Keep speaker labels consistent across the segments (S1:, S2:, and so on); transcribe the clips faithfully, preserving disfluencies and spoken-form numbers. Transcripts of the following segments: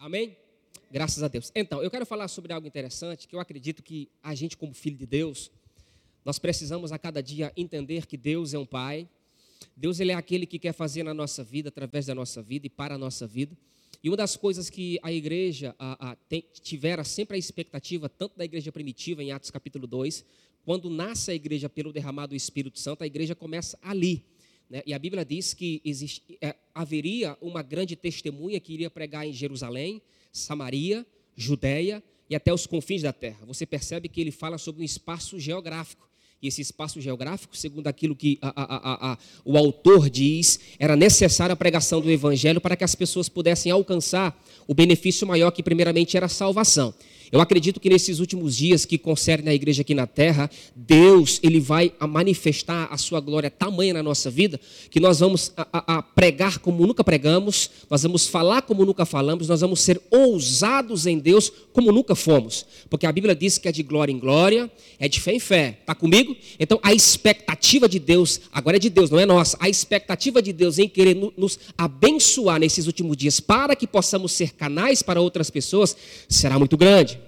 S1: Amém? Graças a Deus. Então, eu quero falar sobre algo interessante, que eu acredito que a gente, como filho de Deus, nós precisamos a cada dia entender que Deus é um Pai. Deus, ele é aquele que quer fazer na nossa vida, através da nossa vida e para a nossa vida. E uma das coisas que a igreja a, a, tem, tivera sempre a expectativa, tanto da igreja primitiva, em Atos capítulo dois, quando nasce a igreja pelo derramado do Espírito Santo, a igreja começa ali. Né? E a Bíblia diz que existe, é, haveria uma grande testemunha que iria pregar em Jerusalém, Samaria, Judeia e até os confins da terra. Você percebe que ele fala sobre um espaço geográfico. E esse espaço geográfico, segundo aquilo que a, a, a, a, o autor diz, era necessária a pregação do evangelho para que as pessoas pudessem alcançar o benefício maior, que primeiramente era a salvação. Eu acredito que nesses últimos dias que concerne a igreja aqui na terra, Deus, ele vai manifestar a sua glória tamanha na nossa vida, que nós vamos a, a, a pregar como nunca pregamos, nós vamos falar como nunca falamos, nós vamos ser ousados em Deus como nunca fomos. Porque a Bíblia diz que é de glória em glória, é de fé em fé. Está comigo? Então a expectativa de Deus, agora é de Deus, não é nossa, a expectativa de Deus em querer nos abençoar nesses últimos dias para que possamos ser canais para outras pessoas, será muito grande.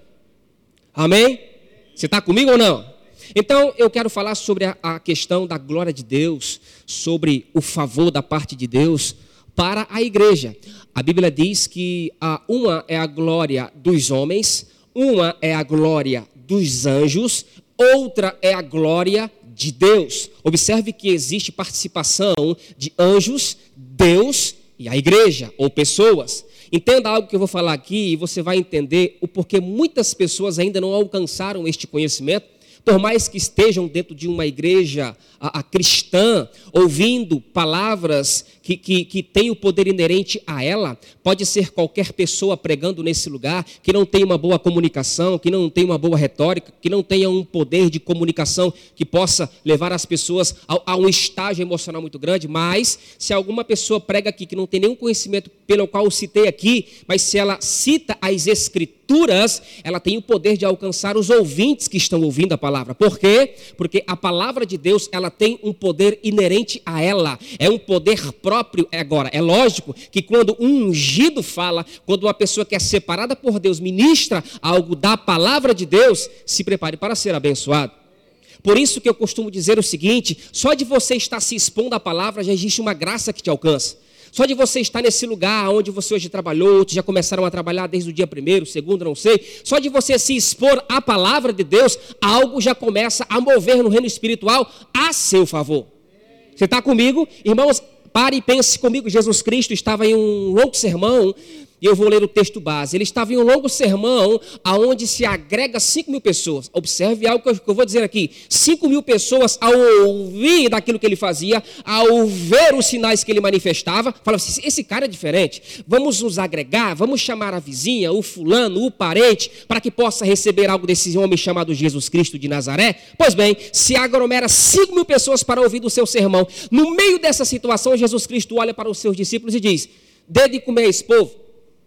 S1: Amém? Você está comigo ou não? Então, eu quero falar sobre a, a questão da glória de Deus, sobre o favor da parte de Deus para a igreja. A Bíblia diz que a, uma é a glória dos homens, uma é a glória dos anjos, outra é a glória de Deus. Observe que existe participação de anjos, Deus e a igreja, ou pessoas. Entenda algo que eu vou falar aqui e você vai entender o porquê muitas pessoas ainda não alcançaram este conhecimento, por mais que estejam dentro de uma igreja a, a cristã, ouvindo palavras que, que, que têm o poder inerente a ela. Pode ser qualquer pessoa pregando nesse lugar, que não tem uma boa comunicação, que não tem uma boa retórica, que não tenha um poder de comunicação que possa levar as pessoas a, a um estágio emocional muito grande. Mas se alguma pessoa prega aqui que não tem nenhum conhecimento pelo qual eu citei aqui, mas se ela cita as Escrituras, ela tem o poder de alcançar os ouvintes que estão ouvindo a palavra. Por quê? Porque a palavra de Deus, ela tem um poder inerente a ela, é um poder próprio. Agora, é lógico que quando um ungido fala, quando uma pessoa que é separada por Deus ministra algo da palavra de Deus, se prepare para ser abençoado. Por isso que eu costumo dizer o seguinte: só de você estar se expondo à palavra já existe uma graça que te alcança. Só de você estar nesse lugar onde você hoje trabalhou, outros já começaram a trabalhar desde o dia primeiro, segundo, não sei. Só de você se expor à palavra de Deus, algo já começa a mover no reino espiritual a seu favor. Você está comigo? Irmãos, pare e pense comigo. Jesus Cristo estava em um longo sermão, e eu vou ler o texto base. Ele estava em um longo sermão, aonde se agrega cinco mil pessoas. Observe algo que eu, que eu vou dizer aqui. cinco mil pessoas, ao ouvir daquilo que ele fazia, ao ver os sinais que ele manifestava, falavam assim: esse cara é diferente. Vamos nos agregar, vamos chamar a vizinha, o fulano, o parente, para que possa receber algo desse homem chamado Jesus Cristo de Nazaré. Pois bem, se aglomera cinco mil pessoas para ouvir do seu sermão. No meio dessa situação, Jesus Cristo olha para os seus discípulos e diz: dê de comer a esse povo.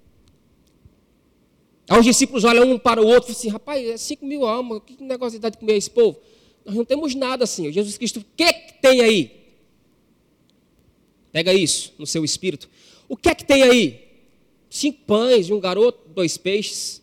S1: Aí os discípulos olham um para o outro e falam assim: rapaz, é cinco mil almas, que negócio de comer esse povo? Nós não temos nada assim. Jesus Cristo, o que é que tem aí? Pega isso no seu espírito. O que é que tem aí? Cinco pães, um garoto, dois peixes.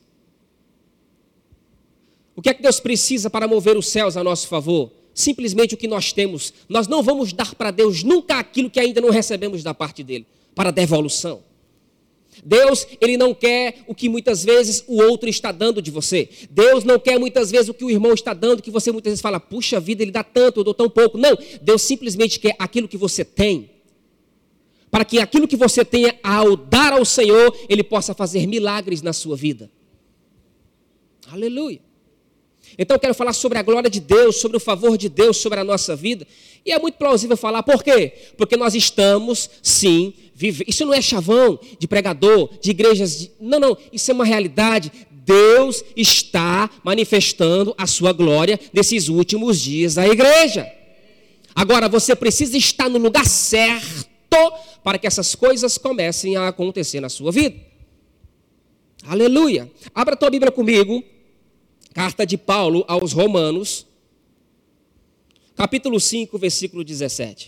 S1: O que é que Deus precisa para mover os céus a nosso favor? Simplesmente o que nós temos. Nós não vamos dar para Deus nunca aquilo que ainda não recebemos da parte dele, para devolução. Deus, ele não quer o que muitas vezes o outro está dando de você. Deus não quer muitas vezes o que o irmão está dando, que você muitas vezes fala: puxa vida, ele dá tanto, eu dou tão pouco. Não, Deus simplesmente quer aquilo que você tem, para que aquilo que você tenha ao dar ao Senhor, ele possa fazer milagres na sua vida. Aleluia. Então eu quero falar sobre a glória de Deus, sobre o favor de Deus sobre a nossa vida. E é muito plausível falar, por quê? Porque nós estamos, sim, vivendo. Isso não é chavão de pregador, de igrejas. De... Não, não, isso é uma realidade. Deus está manifestando a sua glória nesses últimos dias da igreja. Agora, você precisa estar no lugar certo para que essas coisas comecem a acontecer na sua vida. Aleluia. Abra a tua Bíblia comigo. Carta de Paulo aos Romanos, capítulo cinco, versículo dezessete.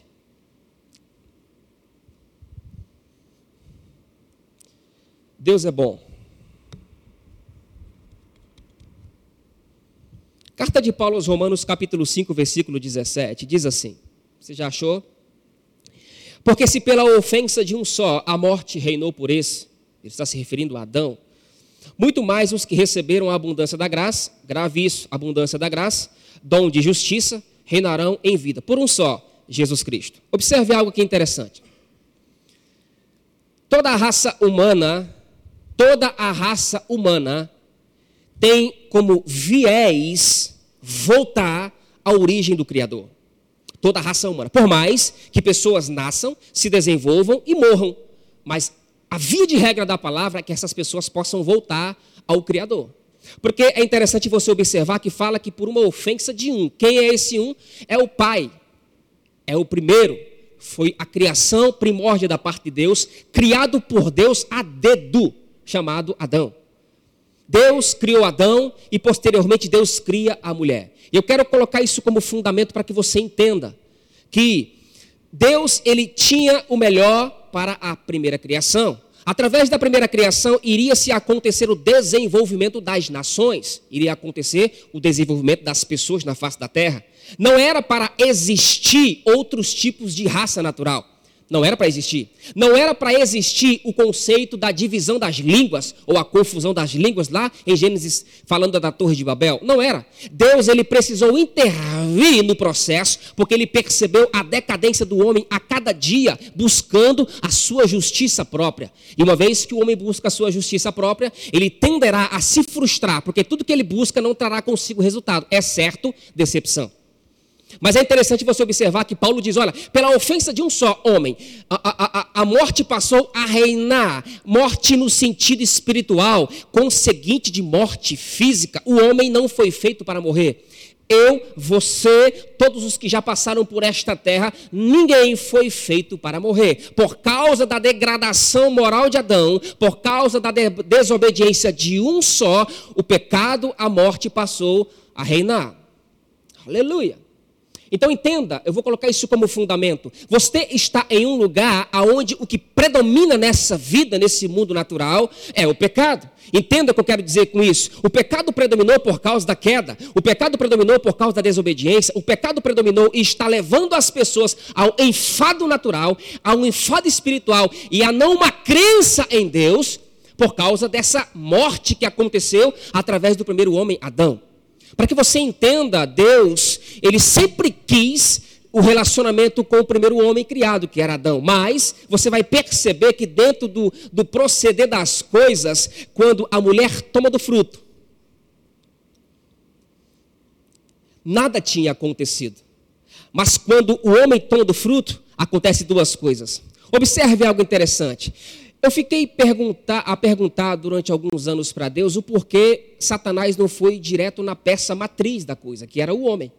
S1: Deus é bom. Carta de Paulo aos Romanos, capítulo cinco, versículo dezessete, diz assim, você já achou? Porque se pela ofensa de um só a morte reinou por esse, ele está se referindo a Adão, muito mais os que receberam a abundância da graça, grave isso, abundância da graça, dom de justiça, reinarão em vida, por um só, Jesus Cristo. Observe algo aqui interessante. Toda a raça humana, toda a raça humana tem como viés voltar à origem do Criador. Toda a raça humana. Por mais que pessoas nasçam, se desenvolvam e morram. Mas a via de regra da palavra é que essas pessoas possam voltar ao Criador. Porque é interessante você observar que fala que por uma ofensa de um. Quem é esse um? É o Pai. É o primeiro. Foi a criação primórdia da parte de Deus, criado por Deus a dedo, chamado Adão. Deus criou Adão e posteriormente Deus cria a mulher. E eu quero colocar isso como fundamento para que você entenda que Deus ele tinha o melhor para a primeira criação. Através da primeira criação iria se acontecer o desenvolvimento das nações, iria acontecer o desenvolvimento das pessoas na face da terra. Não era para existir outros tipos de raça natural. Não era para existir. Não era para existir o conceito da divisão das línguas, ou a confusão das línguas lá em Gênesis, falando da Torre de Babel. Não era. Deus ele precisou intervir no processo, porque ele percebeu a decadência do homem a cada dia, buscando a sua justiça própria. E uma vez que o homem busca a sua justiça própria, ele tenderá a se frustrar, porque tudo que ele busca não trará consigo resultado, exceto decepção. Mas é interessante você observar que Paulo diz, olha, pela ofensa de um só homem, a, a, a, a morte passou a reinar, morte no sentido espiritual, conseguinte de morte física, o homem não foi feito para morrer. Eu, você, todos os que já passaram por esta terra, ninguém foi feito para morrer. Por causa da degradação moral de Adão, por causa da de- desobediência de um só, o pecado, a morte passou a reinar. Aleluia. Então entenda, eu vou colocar isso como fundamento. Você está em um lugar onde o que predomina nessa vida, nesse mundo natural, é o pecado. Entenda o que eu quero dizer com isso. O pecado predominou por causa da queda. O pecado predominou por causa da desobediência. O pecado predominou e está levando as pessoas ao enfado natural, a um enfado espiritual e a não uma crença em Deus por causa dessa morte que aconteceu através do primeiro homem, Adão. Para que você entenda, Deus, ele sempre quis o relacionamento com o primeiro homem criado, que era Adão. Mas você vai perceber que dentro do, do proceder das coisas, quando a mulher toma do fruto, nada tinha acontecido. Mas quando o homem toma do fruto, acontece duas coisas. Observe algo interessante. Eu fiquei perguntar, a perguntar durante alguns anos para Deus o porquê Satanás não foi direto na peça matriz da coisa, que era o homem.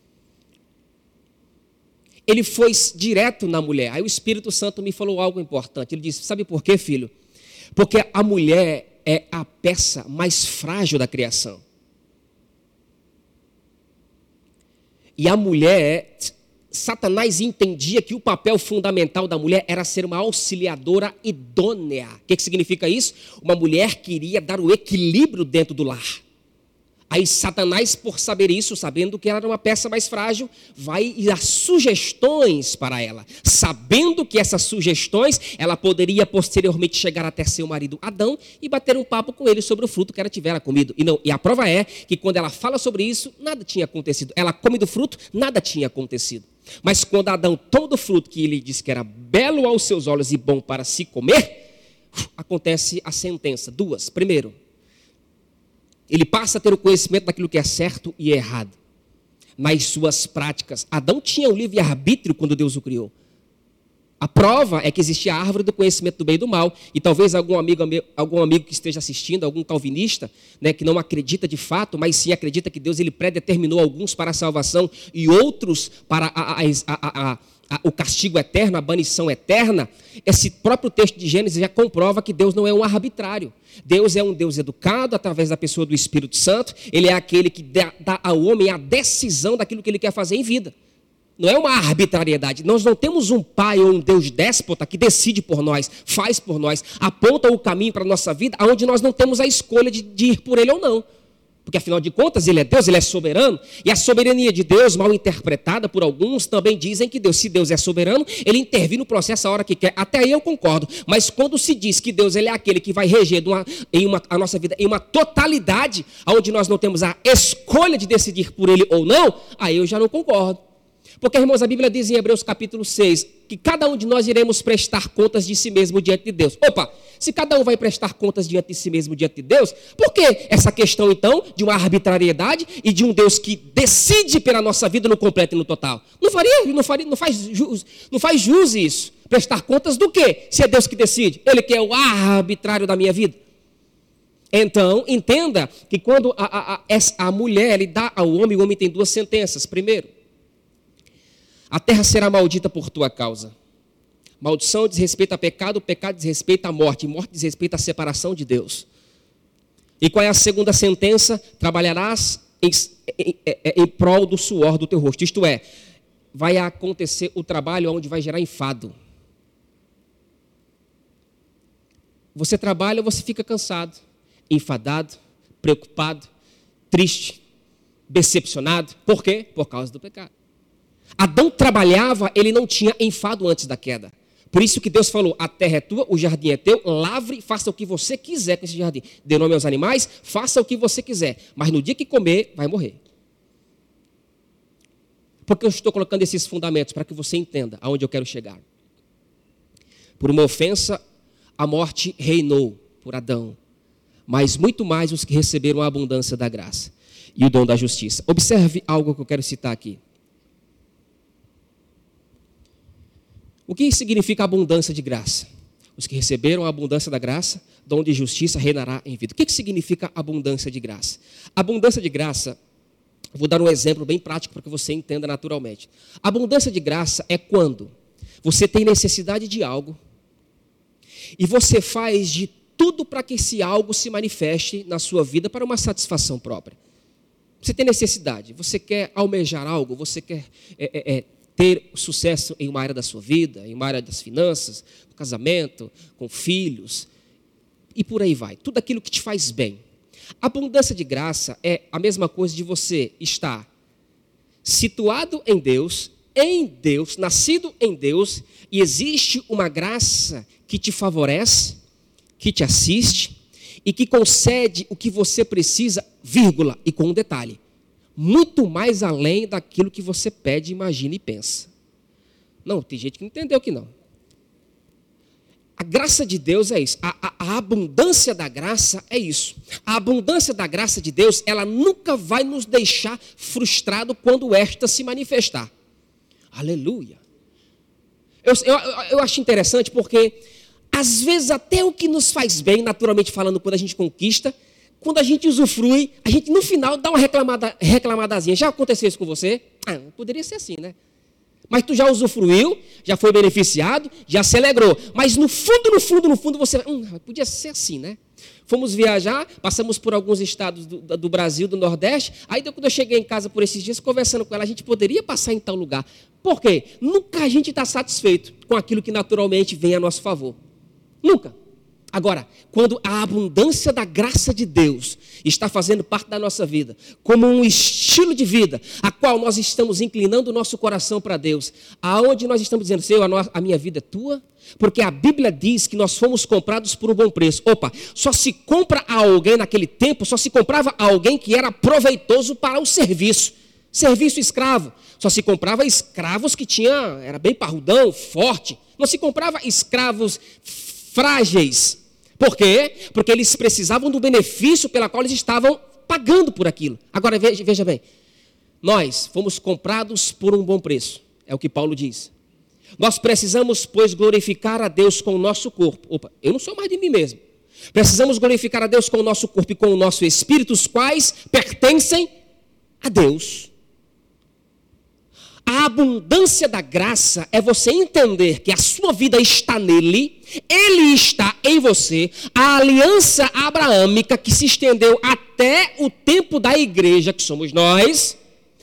S1: Ele foi direto na mulher. Aí o Espírito Santo me falou algo importante. Ele disse, sabe por quê, filho? Porque a mulher é a peça mais frágil da criação. E a mulher... Satanás entendia que o papel fundamental da mulher era ser uma auxiliadora idônea. O que, que significa isso? Uma mulher que iria dar o equilíbrio dentro do lar. Aí Satanás, por saber isso, sabendo que ela era uma peça mais frágil, vai dar sugestões para ela. Sabendo que essas sugestões, ela poderia posteriormente chegar até seu marido Adão e bater um papo com ele sobre o fruto que ela tivera comido. E, não, e a prova é que quando ela fala sobre isso, nada tinha acontecido. Ela come do fruto, nada tinha acontecido. Mas quando Adão toma do fruto que ele disse que era belo aos seus olhos e bom para se comer, acontece a sentença. Duas. Primeiro, ele passa a ter o conhecimento daquilo que é certo e é errado. Nas suas práticas, Adão tinha o livre-arbítrio quando Deus o criou. A prova é que existia a árvore do conhecimento do bem e do mal. E talvez algum amigo, algum amigo que esteja assistindo, algum calvinista, né, que não acredita de fato, mas sim acredita que Deus ele predeterminou alguns para a salvação e outros para a, a, a, a, a, o castigo eterno, a banição eterna. Esse próprio texto de Gênesis já comprova que Deus não é um arbitrário. Deus é um Deus educado através da pessoa do Espírito Santo. Ele é aquele que dá, dá ao homem a decisão daquilo que ele quer fazer em vida. Não é uma arbitrariedade. Nós não temos um pai ou um Deus déspota que decide por nós, faz por nós, aponta o caminho para a nossa vida, onde nós não temos a escolha de, de ir por ele ou não. Porque, afinal de contas, ele é Deus, ele é soberano. E a soberania de Deus, mal interpretada por alguns, também dizem que Deus, se Deus é soberano, ele intervém no processo a hora que quer. Até aí eu concordo. Mas quando se diz que Deus ele é aquele que vai reger uma, em uma, a nossa vida em uma totalidade, onde nós não temos a escolha de decidir por ele ou não, aí eu já não concordo. Porque, irmãos, a Bíblia diz em Hebreus capítulo seis, que cada um de nós iremos prestar contas de si mesmo diante de Deus. Opa, se cada um vai prestar contas diante de si mesmo diante de Deus, por que essa questão, então, de uma arbitrariedade e de um Deus que decide pela nossa vida no completo e no total? Não faria, não, faria, não, faz, jus, não faz jus isso. Prestar contas do quê? Se é Deus que decide. Ele que é o arbitrário da minha vida. Então, entenda que quando a, a, a, a mulher lhe dá ao homem, o homem tem duas sentenças. Primeiro, a terra será maldita por tua causa. Maldição diz respeito a pecado, pecado diz respeito à morte, e morte diz respeito à separação de Deus. E qual é a segunda sentença? Trabalharás em, em, em prol do suor do teu rosto. Isto é, vai acontecer o trabalho onde vai gerar enfado. Você trabalha, você fica cansado, enfadado, preocupado, triste, decepcionado. Por quê? Por causa do pecado. Adão trabalhava, ele não tinha enfado antes da queda. Por isso que Deus falou, a terra é tua, o jardim é teu, lavre, faça o que você quiser com esse jardim. Dê nome aos animais, faça o que você quiser. Mas no dia que comer, vai morrer. Porque eu estou colocando esses fundamentos para que você entenda aonde eu quero chegar. Por uma ofensa, a morte reinou por Adão. Mas muito mais os que receberam a abundância da graça e o dom da justiça. Observe algo que eu quero citar aqui. O que significa abundância de graça? Os que receberam a abundância da graça, dom de justiça reinará em vida. O que significa abundância de graça? Abundância de graça, vou dar um exemplo bem prático para que você entenda naturalmente. Abundância de graça é quando você tem necessidade de algo e você faz de tudo para que esse algo se manifeste na sua vida para uma satisfação própria. Você tem necessidade, você quer almejar algo, você quer... É, é, é, ter sucesso em uma área da sua vida, em uma área das finanças, no casamento, com filhos, e por aí vai. Tudo aquilo que te faz bem. A abundância de graça é a mesma coisa de você estar situado em Deus, em Deus, nascido em Deus, e existe uma graça que te favorece, que te assiste, e que concede o que você precisa, vírgula, e com um detalhe. Muito mais além daquilo que você pede, imagina e pensa. Não, tem gente que não entendeu que não. A graça de Deus é isso. A, a, a abundância da graça é isso. A abundância da graça de Deus, ela nunca vai nos deixar frustrado quando esta se manifestar. Aleluia. Eu, eu, eu acho interessante porque, às vezes, até o que nos faz bem, naturalmente falando, quando a gente conquista, quando a gente usufrui, a gente no final dá uma reclamada, reclamadazinha. Já aconteceu isso com você? Ah, poderia ser assim, né? Mas tu já usufruiu, já foi beneficiado, já se alegrou. Mas no fundo, no fundo, no fundo, você... Hum, podia ser assim, né? Fomos viajar, passamos por alguns estados do, do Brasil, do Nordeste. Aí quando eu cheguei em casa por esses dias, conversando com ela, a gente poderia passar em tal lugar. Por quê? Nunca a gente está satisfeito com aquilo que naturalmente vem a nosso favor. Nunca. Agora, quando a abundância da graça de Deus está fazendo parte da nossa vida, como um estilo de vida, a qual nós estamos inclinando o nosso coração para Deus, aonde nós estamos dizendo, Senhor, a, no- a minha vida é tua, porque a Bíblia diz que nós fomos comprados por um bom preço. Opa, só se compra a alguém naquele tempo, só se comprava a alguém que era proveitoso para o serviço. Serviço escravo. Só se comprava escravos que tinham, era bem parrudão, forte. Não se comprava escravos frágeis. Por quê? Porque eles precisavam do benefício pela qual eles estavam pagando por aquilo. Agora, veja, veja bem. Nós fomos comprados por um bom preço. É o que Paulo diz. Nós precisamos, pois, glorificar a Deus com o nosso corpo. Opa, eu não sou mais de mim mesmo. Precisamos glorificar a Deus com o nosso corpo e com o nosso espírito, os quais pertencem a Deus. A abundância da graça é você entender que a sua vida está nele, ele está em você, a aliança abraâmica que se estendeu até o tempo da igreja, que somos nós,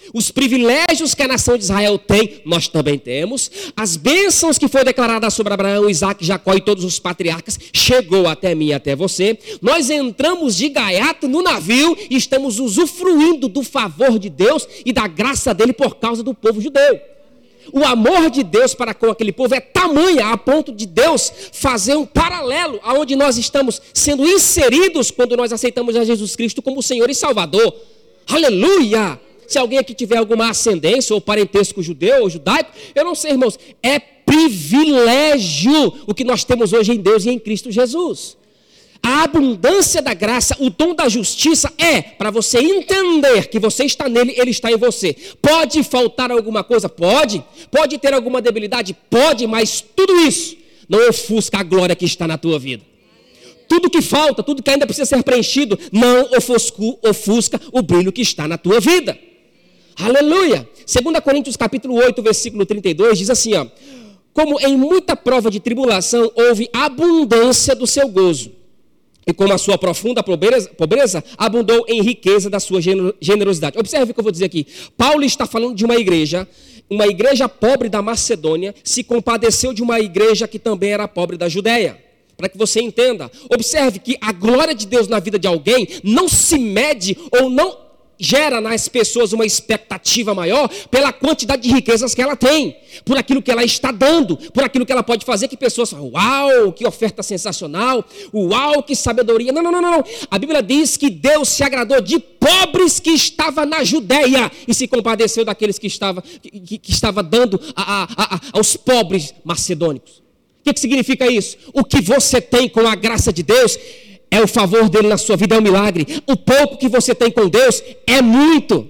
S1: Os privilégios que a nação de Israel tem, nós também temos. As bênçãos que foi declarada sobre Abraão, Isaac, Jacó e todos os patriarcas, chegou até mim e até você. Nós entramos de gaiato no navio e estamos usufruindo do favor de Deus e da graça dele por causa do povo judeu. O amor de Deus para com aquele povo é tamanha a ponto de Deus fazer um paralelo aonde nós estamos sendo inseridos quando nós aceitamos a Jesus Cristo como Senhor e Salvador. Aleluia! Se alguém aqui tiver alguma ascendência ou parentesco judeu ou judaico, eu não sei, irmãos, é privilégio o que nós temos hoje em Deus e em Cristo Jesus. A abundância da graça, o dom da justiça é para você entender que você está nele, ele está em você. Pode faltar alguma coisa? Pode. Pode ter alguma debilidade? Pode, mas tudo isso não ofusca a glória que está na tua vida. Tudo que falta, tudo que ainda precisa ser preenchido, não ofusca, ofusca o brilho que está na tua vida. Aleluia! Segunda Coríntios capítulo oito, versículo trinta e dois, diz assim, ó: como em muita prova de tribulação houve abundância do seu gozo, e como a sua profunda pobreza, pobreza abundou em riqueza da sua generosidade. Observe o que eu vou dizer aqui. Paulo está falando de uma igreja, uma igreja pobre da Macedônia, se compadeceu de uma igreja que também era pobre da Judéia. Para que você entenda, observe que a glória de Deus na vida de alguém não se mede ou não gera nas pessoas uma expectativa maior pela quantidade de riquezas que ela tem, por aquilo que ela está dando, por aquilo que ela pode fazer, que pessoas falam, uau, que oferta sensacional, uau, que sabedoria. Não, não, não, não. A Bíblia diz que Deus se agradou de pobres que estavam na Judéia e se compadeceu daqueles que estava, que, que estava dando a, a, a, aos pobres macedônicos. O que, que significa isso? O que você tem com a graça de Deus é o favor dele na sua vida, é um milagre. O pouco que você tem com Deus é muito.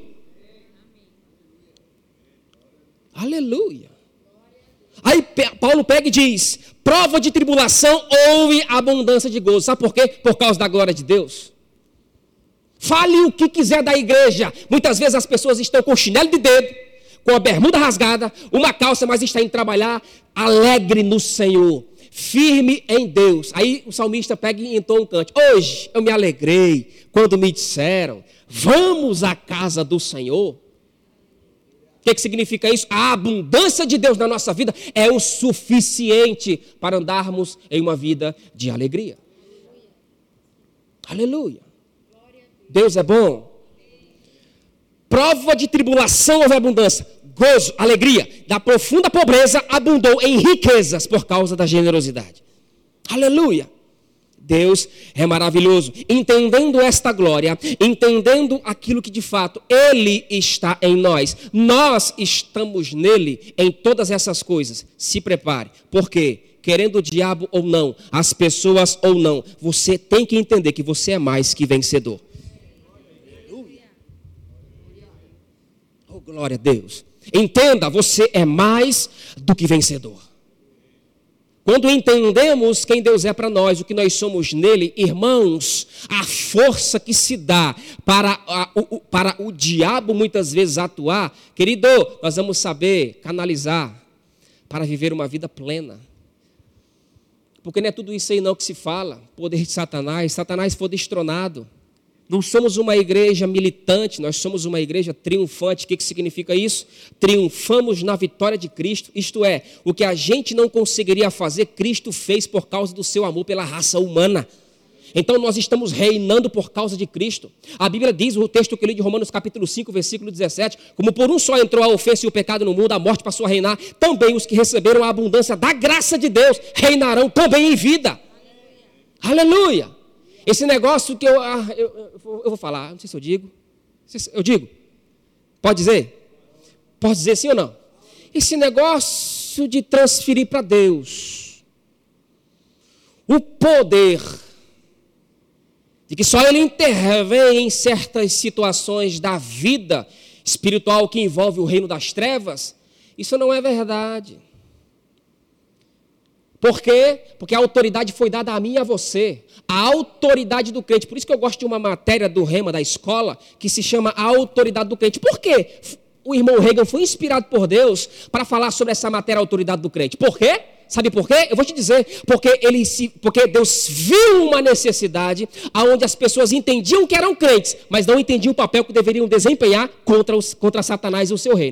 S1: Aleluia. Aí Paulo pega e diz, prova de tribulação houve abundância de gozo. Sabe por quê? Por causa da glória de Deus. Fale o que quiser da igreja. Muitas vezes as pessoas estão com chinelo de dedo, com a bermuda rasgada, uma calça, mas está indo trabalhar alegre no Senhor, firme em Deus. Aí o salmista pega e entoa um canto. Hoje eu me alegrei quando me disseram, vamos à casa do Senhor. O que, que significa isso? A abundância de Deus na nossa vida é o suficiente para andarmos em uma vida de alegria. Aleluia. Deus é bom. Prova de tribulação houve abundância. Gozo, alegria, da profunda pobreza abundou em riquezas por causa da generosidade. Aleluia! Deus é maravilhoso. Entendendo esta glória, entendendo aquilo que de fato Ele está em nós, nós estamos nele em todas essas coisas. Se prepare, porque querendo o diabo ou não, as pessoas ou não, você tem que entender que você é mais que vencedor. Oh, glória a Deus. Entenda, você é mais do que vencedor. Quando entendemos quem Deus é para nós, o que nós somos nele, irmãos, a força que se dá para, a, o, para o diabo muitas vezes atuar, querido, nós vamos saber canalizar para viver uma vida plena. Porque não é tudo isso aí não que se fala, poder de Satanás, Satanás foi destronado. Não somos uma igreja militante, nós somos uma igreja triunfante. O que, que significa isso? Triunfamos na vitória de Cristo, isto é, o que a gente não conseguiria fazer, Cristo fez por causa do seu amor pela raça humana. Então nós estamos reinando por causa de Cristo. A Bíblia diz, o texto que eu li de Romanos capítulo cinco, versículo dezessete, como por um só entrou a ofensa e o pecado no mundo, a morte passou a reinar, também os que receberam a abundância da graça de Deus reinarão também em vida. Aleluia! Aleluia. Esse negócio que eu, ah, eu, eu, eu vou falar, não sei se eu digo, se eu digo, pode dizer? Pode dizer sim ou não? Esse negócio de transferir para Deus o poder de que só Ele intervém em certas situações da vida espiritual que envolve o reino das trevas, isso não é verdade. Por quê? Porque a autoridade foi dada a mim e a você. A autoridade do crente. Por isso que eu gosto de uma matéria do Rema da escola que se chama a autoridade do crente. Por quê? O irmão Reagan foi inspirado por Deus para falar sobre essa matéria, a autoridade do crente. Por quê? Sabe por quê? Eu vou te dizer, porque, ele se, porque Deus viu uma necessidade onde as pessoas entendiam que eram crentes, mas não entendiam o papel que deveriam desempenhar contra, os, contra Satanás e o seu reino.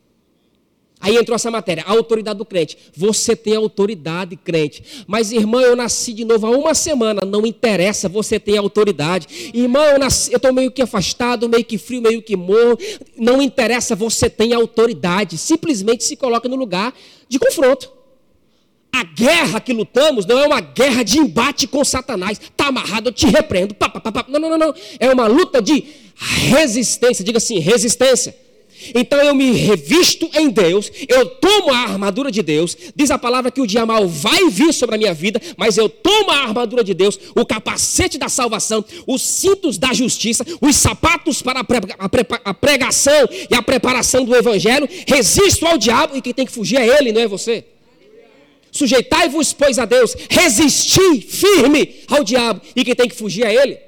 S1: Aí entrou essa matéria, a autoridade do crente. Você tem autoridade, crente. Mas, irmão, eu nasci de novo há uma semana. Não interessa, você tem autoridade. Irmão, eu nasci, eu estou meio que afastado, meio que frio, meio que morro. Não interessa, você tem autoridade. Simplesmente se coloca no lugar de confronto. A guerra que lutamos não é uma guerra de embate com Satanás. Está amarrado, eu te repreendo. Pá, pá, pá, pá. Não, não, não, não. É uma luta de resistência. Diga assim, resistência. Então eu me revisto em Deus, eu tomo a armadura de Deus, diz a palavra que o dia mal vai vir sobre a minha vida, mas eu tomo a armadura de Deus, o capacete da salvação, os cintos da justiça, os sapatos para a pregação e a preparação do evangelho, resisto ao diabo e quem tem que fugir é ele, não é você. Sujeitai-vos, pois, a Deus, resisti firme ao diabo e quem tem que fugir é ele.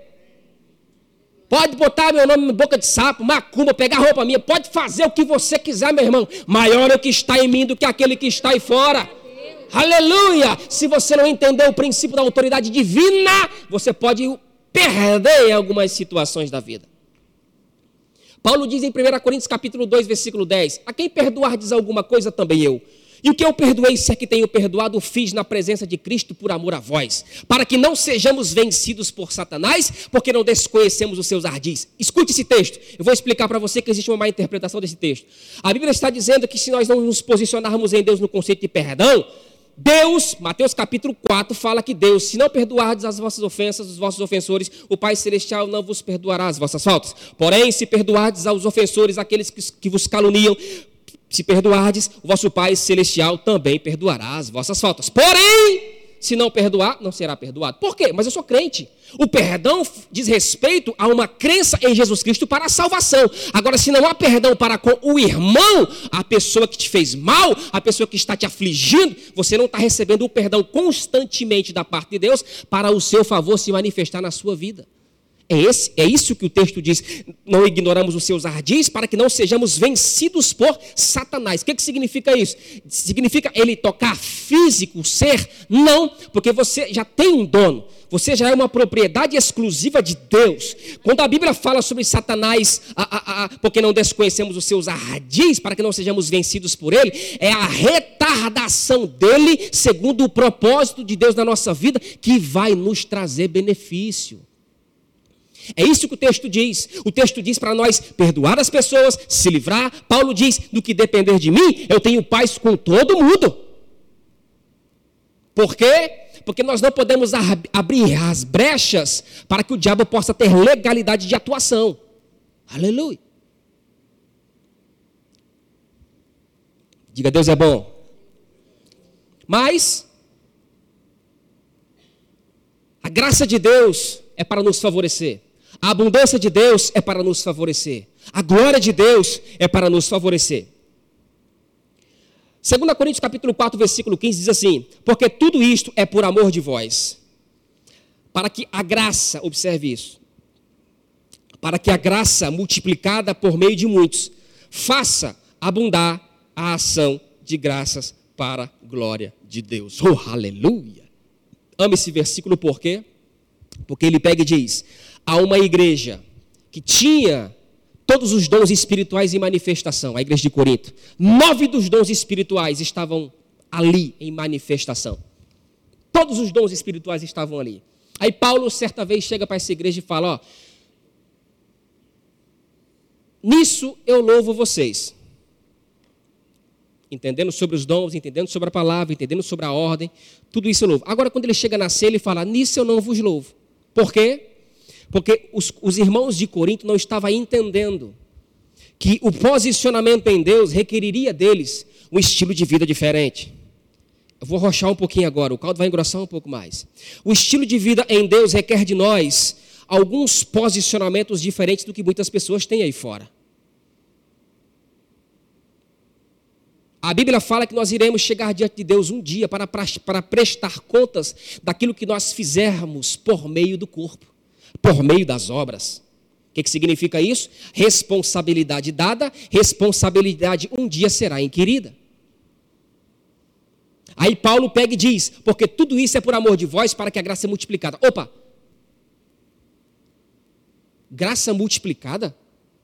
S1: Pode botar meu nome na boca de sapo, macumba, pegar roupa minha, pode fazer o que você quiser, meu irmão. Maior é o que está em mim do que aquele que está aí fora. Aleluia! Se você não entender o princípio da autoridade divina, você pode perder em algumas situações da vida. Paulo diz em primeira Coríntios capítulo dois, versículo dez, a quem perdoardes alguma coisa, também eu. E o que eu perdoei, se é que tenho perdoado, fiz na presença de Cristo por amor a vós, para que não sejamos vencidos por Satanás, porque não desconhecemos os seus ardis. Escute esse texto, eu vou explicar para você que existe uma má interpretação desse texto. A Bíblia está dizendo que se nós não nos posicionarmos em Deus no conceito de perdão, Deus, Mateus capítulo quatro, fala que Deus, se não perdoardes as vossas ofensas, os vossos ofensores, o Pai Celestial não vos perdoará as vossas faltas. Porém, se perdoardes aos ofensores, aqueles que, que vos caluniam, se perdoardes, o vosso Pai Celestial também perdoará as vossas faltas. Porém, se não perdoar, não será perdoado. Por quê? Mas eu sou crente. O perdão diz respeito a uma crença em Jesus Cristo para a salvação. Agora, se não há perdão para com o irmão, a pessoa que te fez mal, a pessoa que está te afligindo, você não está recebendo o perdão constantemente da parte de Deus para o seu favor se manifestar na sua vida. É, esse, é isso que o texto diz, não ignoramos os seus ardis para que não sejamos vencidos por Satanás. O que, que significa isso? Significa ele tocar físico, ser? Não, porque você já tem um dono, você já é uma propriedade exclusiva de Deus. Quando a Bíblia fala sobre Satanás, a, a, a, porque não desconhecemos os seus ardis, para que não sejamos vencidos por ele, é a retardação dele, segundo o propósito de Deus na nossa vida, que vai nos trazer benefício. É isso que o texto diz. O texto diz para nós perdoar as pessoas, se livrar. Paulo diz, do que depender de mim, eu tenho paz com todo mundo. Por quê? Porque nós não podemos ab- abrir as brechas para que o diabo possa ter legalidade de atuação. Aleluia. Diga, Deus é bom. Mas a graça de Deus é para nos favorecer. A abundância de Deus é para nos favorecer. A glória de Deus é para nos favorecer. Segunda Coríntios capítulo quatro, versículo quinze diz assim: porque tudo isto é por amor de vós, para que a graça, observe isso, para que a graça multiplicada por meio de muitos, faça abundar a ação de graças para a glória de Deus. Oh, aleluia! Ame esse versículo por quê? Porque ele pega e diz, há uma igreja que tinha todos os dons espirituais em manifestação, a igreja de Corinto. Nove dos dons espirituais estavam ali em manifestação. Todos os dons espirituais estavam ali. Aí Paulo, certa vez, chega para essa igreja e fala, ó, nisso eu louvo vocês. Entendendo sobre os dons, entendendo sobre a palavra, entendendo sobre a ordem, tudo isso eu louvo. Agora, quando ele chega na ceia, ele fala, nisso eu não vos louvo. Por quê? Porque os, os irmãos de Corinto não estavam entendendo que o posicionamento em Deus requeriria deles um estilo de vida diferente. Eu vou arrochar um pouquinho agora, o caldo vai engrossar um pouco mais. O estilo de vida em Deus requer de nós alguns posicionamentos diferentes do que muitas pessoas têm aí fora. A Bíblia fala que nós iremos chegar diante de Deus um dia para, para prestar contas daquilo que nós fizermos por meio do corpo, por meio das obras. O que, que significa isso? Responsabilidade dada, responsabilidade um dia será inquirida. Aí Paulo pega e diz, porque tudo isso é por amor de vós, para que a graça seja multiplicada. Opa! Graça multiplicada?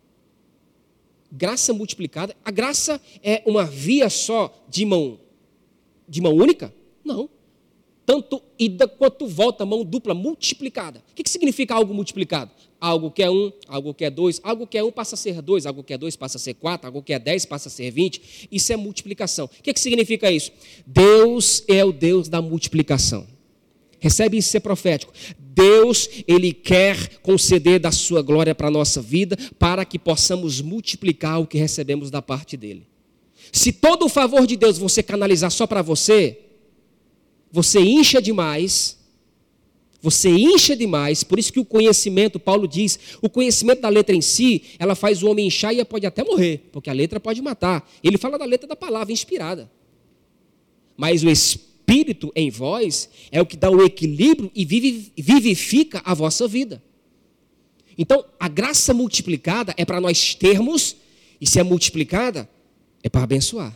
S1: Graça multiplicada? A graça é uma via só de mão, de mão única? Não. Tanto ida quanto volta, mão dupla, multiplicada. O que significa algo multiplicado? Algo que é um, algo que é dois, algo que é um passa a ser dois, algo que é dois passa a ser quatro, algo que é dez passa a ser vinte. Isso é multiplicação. O que significa isso? Deus é o Deus da multiplicação. Recebe isso, ser profético. Deus, Ele quer conceder da sua glória para a nossa vida, para que possamos multiplicar o que recebemos da parte dEle. Se todo o favor de Deus você canalizar só para você, você incha demais, você incha demais, por isso que o conhecimento, Paulo diz, o conhecimento da letra em si, ela faz o homem inchar e pode até morrer, porque a letra pode matar. Ele fala da letra da palavra inspirada. Mas o Espírito em vós é o que dá o equilíbrio e vivifica a vossa vida. Então, a graça multiplicada é para nós termos, e se é multiplicada, é para abençoar.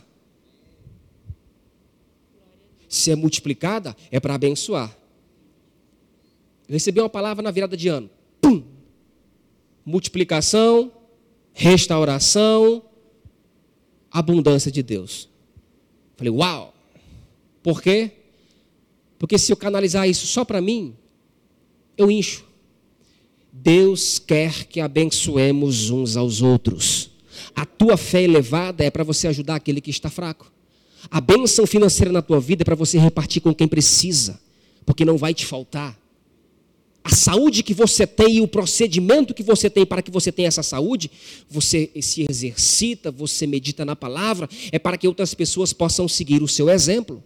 S1: Se é multiplicada, é para abençoar. Eu recebi uma palavra na virada de ano. Pum! Multiplicação, restauração, abundância de Deus. Falei, uau! Por quê? Porque se eu canalizar isso só para mim, eu incho. Deus quer que abençoemos uns aos outros. A tua fé elevada é para você ajudar aquele que está fraco. A bênção financeira na tua vida é para você repartir com quem precisa, porque não vai te faltar. A saúde que você tem e o procedimento que você tem para que você tenha essa saúde, você se exercita, você medita na palavra, é para que outras pessoas possam seguir o seu exemplo.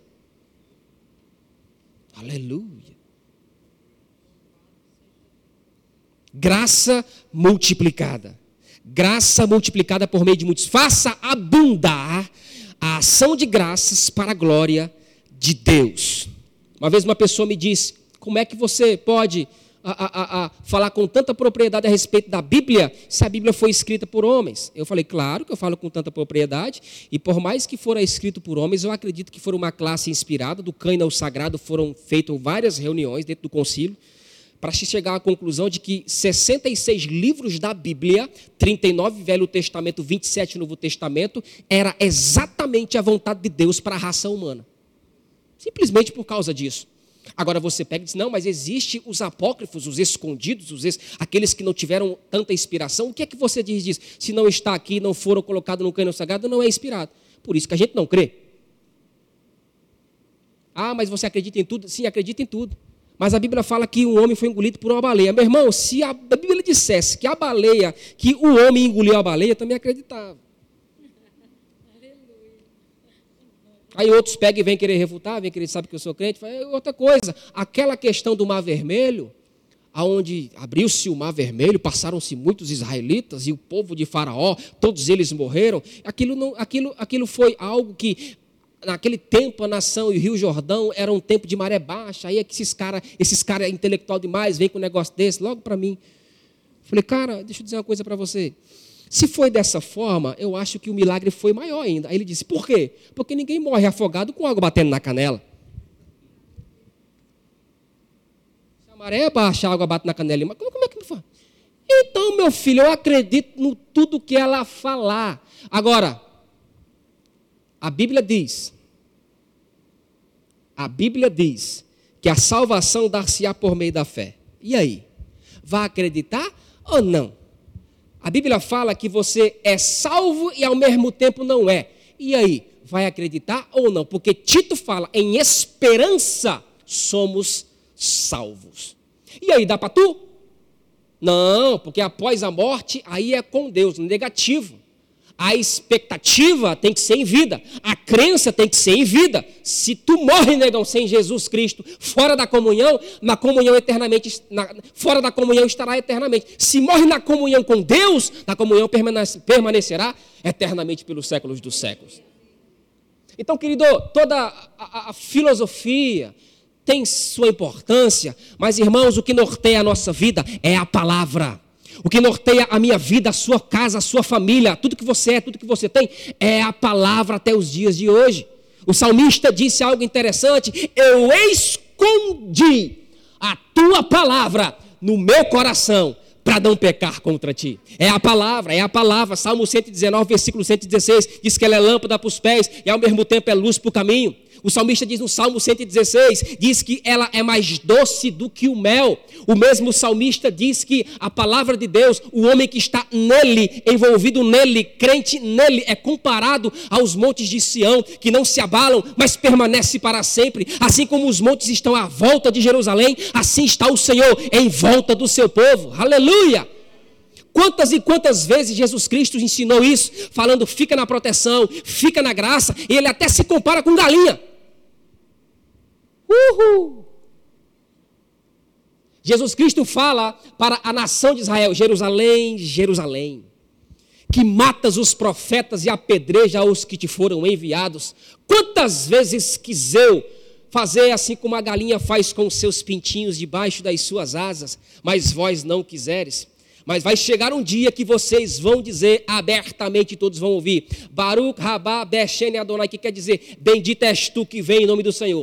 S1: Aleluia. Graça multiplicada. Graça multiplicada por meio de muitos. Faça abundar a ação de graças para a glória de Deus. Uma vez uma pessoa me disse, como é que você pode a, a, a, falar com tanta propriedade a respeito da Bíblia, se a Bíblia foi escrita por homens? Eu falei, claro que eu falo com tanta propriedade, e por mais que fora escrito por homens, eu acredito que for uma classe inspirada, do Cânone ao Sagrado foram feitas várias reuniões dentro do concílio, para se chegar à conclusão de que sessenta e seis livros da Bíblia, trinta e nove Velho Testamento, vinte e sete Novo Testamento, era exatamente a vontade de Deus para a raça humana. Simplesmente por causa disso. Agora você pega e diz, não, mas existe os apócrifos, os escondidos, os es... aqueles que não tiveram tanta inspiração. O que é que você diz disso? Se não está aqui, não foram colocados no Cânone Sagrado, não é inspirado. Por isso que a gente não crê. Ah, mas você acredita em tudo? Sim, acredita em tudo. Mas a Bíblia fala que um homem foi engolido por uma baleia. Meu irmão, se a Bíblia dissesse que a baleia, que o homem engoliu a baleia, eu também acreditava. Aí outros pegam e vêm querer refutar, vêm querer saber que eu sou crente. Fala, outra coisa, aquela questão do Mar Vermelho, aonde abriu-se o Mar Vermelho, passaram-se muitos israelitas e o povo de Faraó, todos eles morreram. Aquilo, não, aquilo, aquilo foi algo que, naquele tempo, a nação e o Rio Jordão era um tempo de maré baixa. Aí é que esses caras esses cara intelectual demais vêm com um negócio desse, logo para mim. Falei, cara, deixa eu dizer uma coisa para você. Se foi dessa forma, eu acho que o milagre foi maior ainda. Aí ele disse, por quê? Porque ninguém morre afogado com água batendo na canela. Se a maré baixa, a água bate na canela. Mas como, como é que me fala? Então, meu filho, eu acredito no tudo que ela falar. Agora, a Bíblia diz, a Bíblia diz que a salvação dar-se-á por meio da fé. E aí? Vai acreditar ou não? A Bíblia fala que você é salvo e ao mesmo tempo não é. E aí, vai acreditar ou não? Porque Tito fala, em esperança somos salvos. E aí, dá para tu? Não, porque após a morte, aí é com Deus, negativo. A expectativa tem que ser em vida. A crença tem que ser em vida. Se tu morre, negão, sem Jesus Cristo, fora da comunhão, na comunhão eternamente, na, fora da comunhão estará eternamente. Se morre na comunhão com Deus, na comunhão permanece, permanecerá eternamente pelos séculos dos séculos. Então, querido, toda a, a, a filosofia tem sua importância, mas, irmãos, o que norteia a nossa vida é a palavra. O que norteia a minha vida, a sua casa, a sua família, tudo que você é, tudo que você tem, é a palavra até os dias de hoje. O salmista disse algo interessante: eu escondi a tua palavra no meu coração para não pecar contra ti. É a palavra, é a palavra. Salmo cento e dezenove, versículo cento e dezesseis, diz que ela é lâmpada para os pés e ao mesmo tempo é luz para o caminho. O salmista diz no Salmo cento e dezesseis, diz que ela é mais doce do que o mel. O mesmo salmista diz que a palavra de Deus, o homem que está nele, envolvido nele, crente nele, é comparado aos montes de Sião, que não se abalam, mas permanece para sempre. Assim como os montes estão à volta de Jerusalém, assim está o Senhor em volta do seu povo. Aleluia! Quantas e quantas vezes Jesus Cristo ensinou isso, falando fica na proteção, fica na graça, e ele até se compara com galinha. Uhul! Jesus Cristo fala para a nação de Israel: Jerusalém, Jerusalém, que matas os profetas e apedreja os que te foram enviados. Quantas vezes quis eu fazer assim como a galinha faz com os seus pintinhos debaixo das suas asas, mas vós não quiseres. Mas vai chegar um dia que vocês vão dizer abertamente, todos vão ouvir: Baruch Rabá Bechene Adonai, que quer dizer, bendito és tu que vem em nome do Senhor.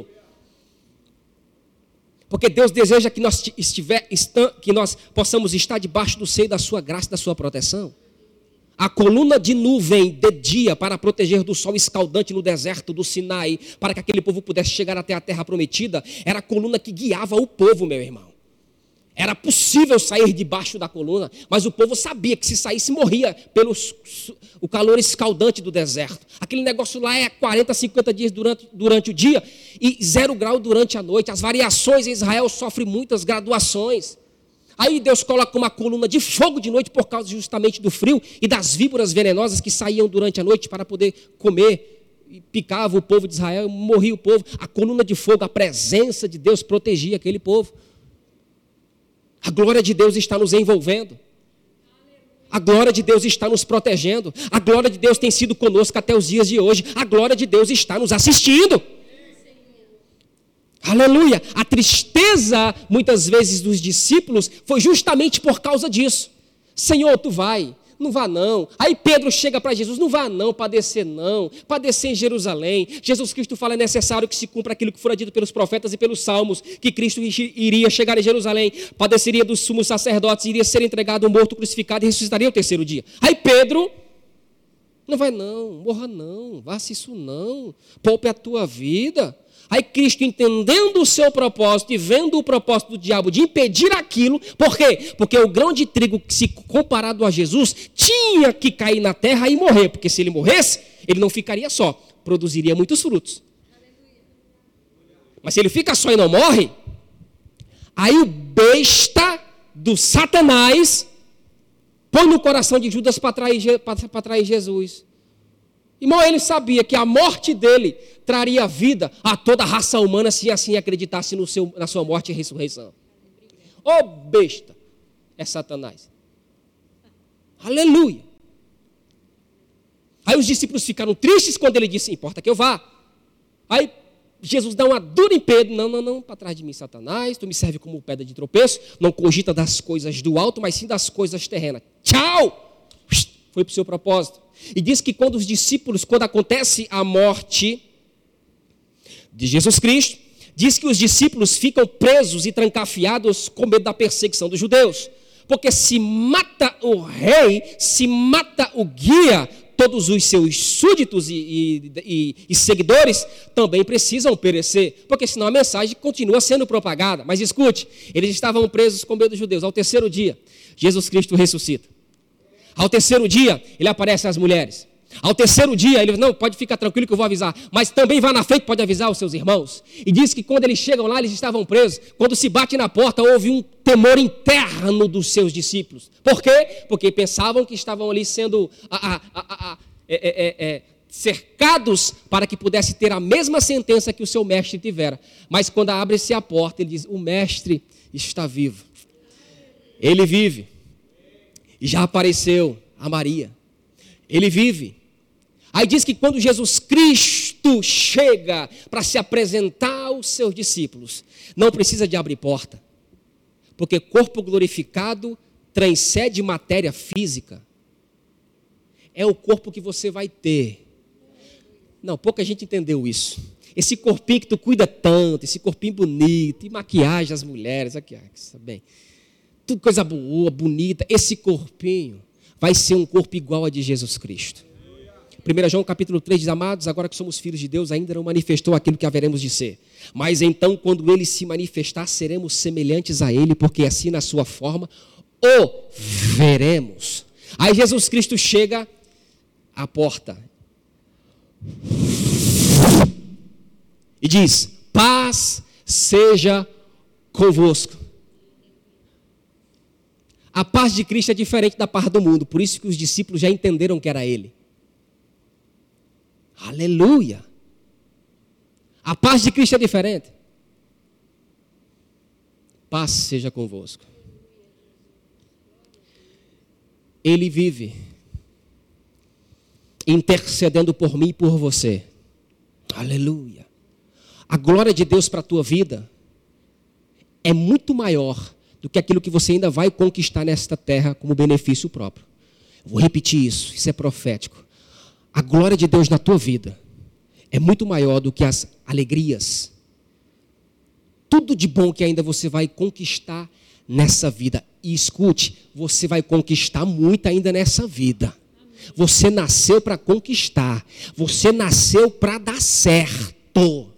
S1: Porque Deus deseja que nós, estiver, que nós possamos estar debaixo do seio da sua graça e da sua proteção. A coluna de nuvem de dia para proteger do sol escaldante no deserto do Sinai, para que aquele povo pudesse chegar até a terra prometida, era a coluna que guiava o povo, meu irmão. Era possível sair debaixo da coluna, mas o povo sabia que se saísse morria pelo o calor escaldante do deserto. Aquele negócio lá é quarenta, cinquenta dias durante, durante o dia e zero grau durante a noite. As variações em Israel sofrem muitas graduações. Aí Deus coloca uma coluna de fogo de noite por causa justamente do frio e das víboras venenosas que saíam durante a noite para poder comer. E picava o povo de Israel, morria o povo. A coluna de fogo, a presença de Deus protegia aquele povo. A glória de Deus está nos envolvendo. A glória de Deus está nos protegendo. A glória de Deus tem sido conosco até os dias de hoje. A glória de Deus está nos assistindo. Aleluia. A tristeza, muitas vezes, dos discípulos foi justamente por causa disso. Senhor, tu vai. Não vá não. Aí Pedro chega para Jesus: não vá não, padecer não, padecer em Jerusalém. Jesus Cristo fala: é necessário que se cumpra aquilo que fora dito pelos profetas e pelos salmos, que Cristo iria chegar em Jerusalém, padeceria dos sumos sacerdotes, iria ser entregado, morto, crucificado e ressuscitaria ao terceiro dia. Aí Pedro: não vai não, morra não, vá-se isso não, poupe a tua vida. Aí Cristo, entendendo o seu propósito e vendo o propósito do diabo de impedir aquilo, por quê? Porque o grão de trigo, se comparado a Jesus, tinha que cair na terra e morrer, porque se ele morresse, ele não ficaria só, produziria muitos frutos. Mas se ele fica só e não morre, aí o besta do Satanás põe no coração de Judas para trair, para trair Jesus. Irmão, ele sabia que a morte dele traria vida a toda a raça humana se assim acreditasse no seu, na sua morte e ressurreição. Ô oh, besta, é Satanás. Aleluia. Aí os discípulos ficaram tristes quando ele disse: importa que eu vá. Aí Jesus dá uma dura em Pedro: não, não, não, para trás de mim, Satanás, tu me serve como pedra de tropeço, não cogita das coisas do alto, mas sim das coisas terrenas. Tchau! Foi para o seu propósito. E diz que quando os discípulos, quando acontece a morte de Jesus Cristo, diz que os discípulos ficam presos e trancafiados com medo da perseguição dos judeus. Porque se mata o rei, se mata o guia, todos os seus súditos e, e, e, e seguidores também precisam perecer, porque senão a mensagem continua sendo propagada. Mas escute, eles estavam presos com medo dos judeus. Ao terceiro dia, Jesus Cristo ressuscita. Ao terceiro dia, ele aparece às mulheres. Ao terceiro dia, ele diz: não, pode ficar tranquilo que eu vou avisar. Mas também vá na frente, pode avisar os seus irmãos. E diz que quando eles chegam lá, eles estavam presos. Quando se bate na porta, houve um temor interno dos seus discípulos. Por quê? Porque pensavam que estavam ali sendo a, a, a, a, é, é, é, cercados para que pudesse ter a mesma sentença que o seu mestre tivera. Mas quando abre-se a porta, ele diz: o mestre está vivo. Ele vive. E já apareceu a Maria. Ele vive. Aí diz que quando Jesus Cristo chega para se apresentar aos seus discípulos, não precisa de abrir porta. Porque corpo glorificado transcende matéria física. É o corpo que você vai ter. Não, pouca gente entendeu isso. Esse corpinho que tu cuida tanto, esse corpinho bonito, e maquiagem das mulheres, aqui, ó, está bem. Tudo coisa boa, bonita. Esse corpinho vai ser um corpo igual a de Jesus Cristo. primeiro João capítulo três diz, amados, agora que somos filhos de Deus, ainda não manifestou aquilo que haveremos de ser. Mas então, quando Ele se manifestar, seremos semelhantes a Ele, porque assim na sua forma o veremos. Aí Jesus Cristo chega à porta e diz, paz seja convosco. A paz de Cristo é diferente da paz do mundo, por isso que os discípulos já entenderam que era Ele. Aleluia! A paz de Cristo é diferente. Paz seja convosco. Ele vive intercedendo por mim e por você. Aleluia! A glória de Deus para a tua vida é muito maior do que aquilo que você ainda vai conquistar nesta terra como benefício próprio. Eu vou repetir isso, isso é profético. A glória de Deus na tua vida é muito maior do que as alegrias. Tudo de bom que ainda você vai conquistar nessa vida. E escute, você vai conquistar muito ainda nessa vida. Você nasceu para conquistar. Você nasceu para dar certo.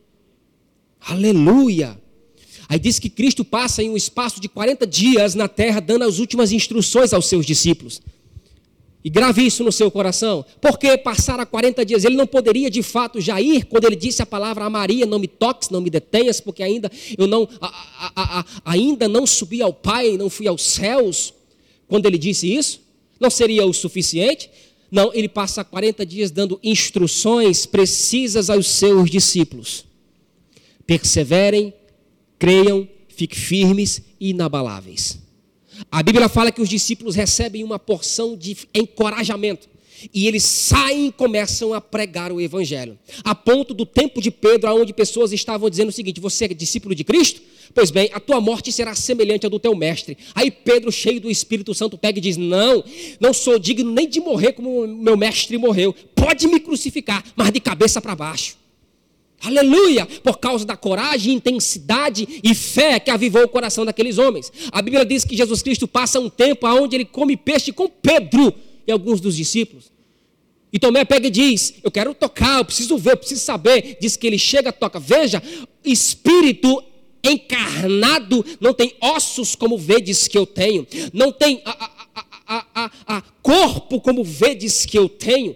S1: Aleluia! Aí diz que Cristo passa em um espaço de quarenta dias na terra, dando as últimas instruções aos seus discípulos. E grave isso no seu coração. Porque passaram quarenta dias, ele não poderia de fato já ir, quando ele disse a palavra a Maria, não me toques, não me detenhas, porque ainda eu não, a, a, a, ainda não subi ao Pai, não fui aos céus. Quando ele disse isso, não seria o suficiente? Não, ele passa quarenta dias dando instruções precisas aos seus discípulos. Perseverem, creiam, fiquem firmes e inabaláveis. A Bíblia fala que os discípulos recebem uma porção de encorajamento. E eles saem e começam a pregar o Evangelho. A ponto do tempo de Pedro, onde pessoas estavam dizendo o seguinte, você é discípulo de Cristo? Pois bem, a tua morte será semelhante à do teu mestre. Aí Pedro, cheio do Espírito Santo, pega e diz, não, não sou digno nem de morrer como meu mestre morreu. Pode me crucificar, mas de cabeça para baixo. Aleluia! Por causa da coragem, intensidade e fé que avivou o coração daqueles homens. A Bíblia diz que Jesus Cristo passa um tempo onde ele come peixe com Pedro e alguns dos discípulos. E Tomé pega e diz, eu quero tocar, eu preciso ver, eu preciso saber. Diz que ele chega, toca. Veja, espírito encarnado não tem ossos como vedes que eu tenho. Não tem a, a, a, a, a, a corpo como vedes que eu tenho.